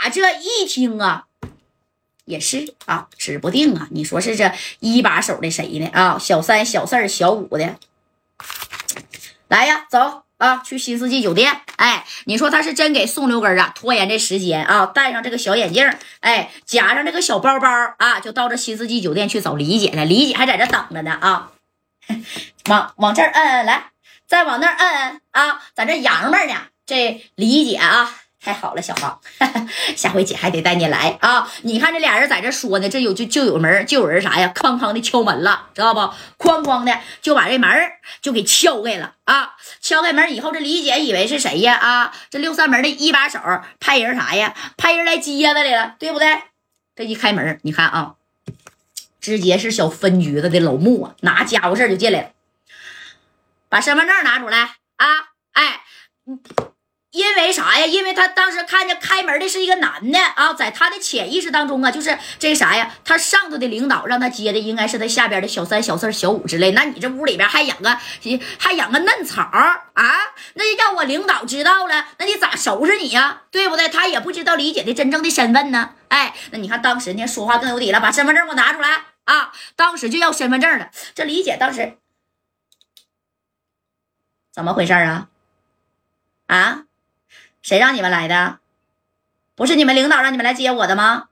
马这一听啊，也是啊，指不定啊，你说是这一把手的谁呢？啊，小三、小四、小五的，来呀，走啊，去新世纪酒店。哎，你说他是真给宋六根啊拖延这时间啊，戴上这个小眼镜，哎，夹上这个小包包啊，就到这新世纪酒店去找李姐了。李姐还在这等着呢啊，往这儿摁，来，再往那儿摁啊，在这洋们呢。这李姐啊，太好了，小航，下回姐还得带你来啊！你看这俩人在这说呢，这就有门，就有人啥呀，哐哐的敲门了，知道不？哐哐的就把这门就给敲开了啊！敲开门以后，这李姐以为是谁呀？啊，这六扇门的一把手派人啥呀？派人来接她来了，对不对？这一开门，你看啊，直接是小分局子的老穆啊，拿家伙事就进来了，把身份证拿出来啊！哎，因为啥呀？因为他当时看见开门的是一个男的啊，在他的潜意识当中啊，就是这个啥呀？他上头的领导让他接的应该是他下边的小三、小四、小五之类。那你这屋里边还养个嫩草啊？那让我领导知道了，那你咋收拾你呀？对不对？他也不知道李姐的真正的身份呢。哎，那你看当时呢，说话更有底了，把身份证给我拿出来啊！当时就要身份证了。这李姐当时怎么回事啊？啊？谁让你们来的？不是你们领导让你们来接我的吗？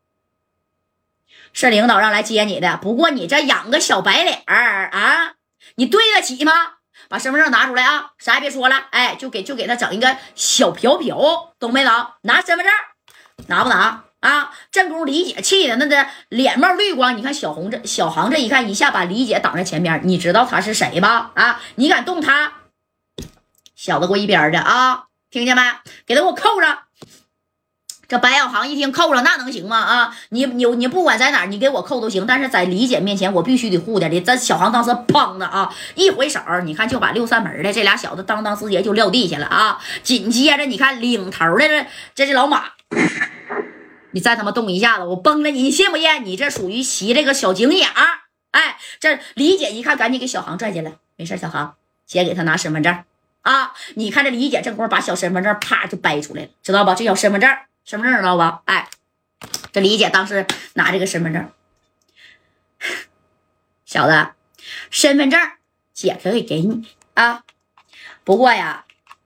是领导让来接你的，不过你这养个小白脸啊，你对得起吗？把身份证拿出来啊，啥也别说了，哎，就给他整一个小瓢瓢，懂没懂？拿身份证，拿不拿啊？正宫李姐气的那个脸冒绿光，你看小航这一看，一下把李姐挡在前边，你知道他是谁吧？啊，你敢动他，小子给我一边的啊！听见没？给他给我扣上！这白小航一听扣上，那能行吗？啊，你不管在哪儿，你给我扣都行，但是在李姐面前，我必须得护着的。这小航当时砰的啊，一回手，你看就把六扇门的这俩小子当时节就撂地下了啊！紧接着你看领头的这是老马，你再他妈动一下子，我崩了你！你信不信？你这属于袭这个小警眼儿！哎，这李姐一看，赶紧给小航拽进来，没事，小航，姐给他拿身份证。啊！你看这李姐正功把小身份证啪就掰出来了，知道吧？这小身份证知道吧？哎，这李姐当时拿这个身份证，小子，身份证姐可以给你啊，不过呀，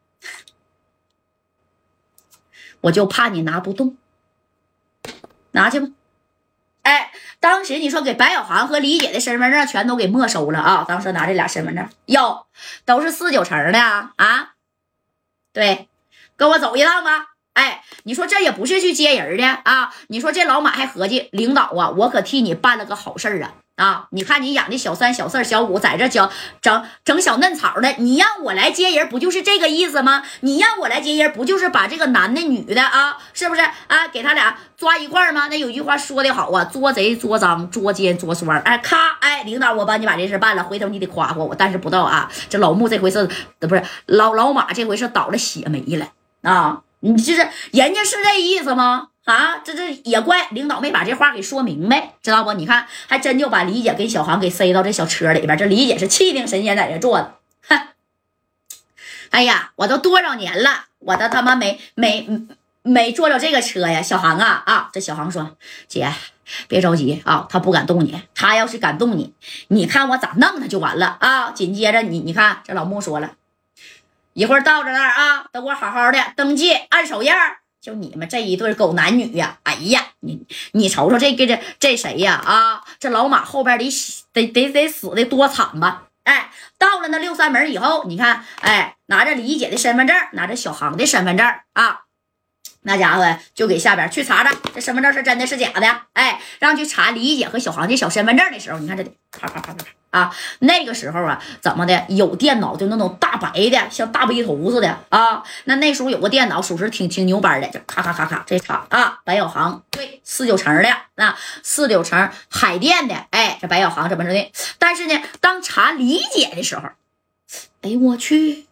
我就怕你拿不动，拿去吧。哎，当时你说给白小航和李姐的身份证全都给没收了啊！当时拿这俩身份证，哟，都是49成的啊！对，跟我走一趟吧。哎，你说这也不是去接人的啊！你说这老马还合计领导啊，我可替你办了个好事啊！啊，你看你养的小三、小四、小五在这整小嫩草的，你让我来接人，不就是这个意思吗？你让我来接人，不就是把这个男的女的啊，是不是啊？给他俩抓一块吗？那有句话说的好啊，捉贼捉赃捉奸捉双。哎，咔，哎，领导，我帮你把这事办了，回头你得夸夸我。但是不到啊，这老穆这回是不是老马这回是倒了血霉了啊？你这是人家是这意思吗？啊，这也怪领导没把这话给说明白，知道不？你看，还真就把李姐跟小航给塞到这小车里边。这李姐是气定神闲在这坐着，哼！哎呀，我都多少年了，我都他妈没坐着这个车呀，小航啊！这小航说：“姐，别着急啊，他不敢动你，他要是敢动你，你看我咋弄他就完了啊！”紧接着你看，这老穆说了，一会儿到这那儿啊，等我好好的登记按手印儿。就你们这一对狗男女呀，哎呀，你瞅瞅这谁呀啊？这老马后边得死的多惨吧？哎，到了那六扇门以后，你看，哎，拿着李姐的身份证，拿着小航的身份证啊，那家伙就给下边去查查这身份证是真的是假的。哎，让去查李姐和小航的小身份证的时候，你看这啪啪啪啪啊，那个时候啊，怎么的有电脑就那种大白的，像大背头似的啊。那时候有个电脑，属实挺牛掰的，这咔咔咔咔这查啊，白小航对49成的啊，49成海淀的，哎，这白小航怎么着的？但是呢，当查李姐的时候，哎呦我去，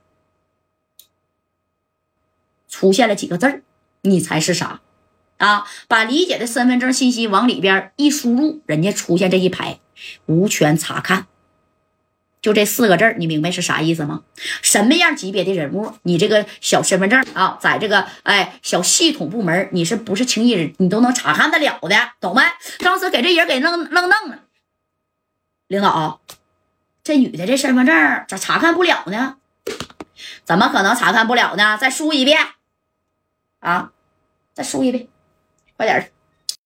出现了几个字儿，你猜是啥？啊，把李姐的身份证信息往里边一输入，人家出现这一排无权查看。 就这4个字，你明白是啥意思吗？什么样级别的人物，你这个小身份证啊，在这个小系统部门，你是不是轻易你都能查看得了的，懂没？当时给这人给弄了。领导，这女的这身份证咋查看不了呢？怎么可能查看不了呢？再输一遍啊！再输一遍，快点。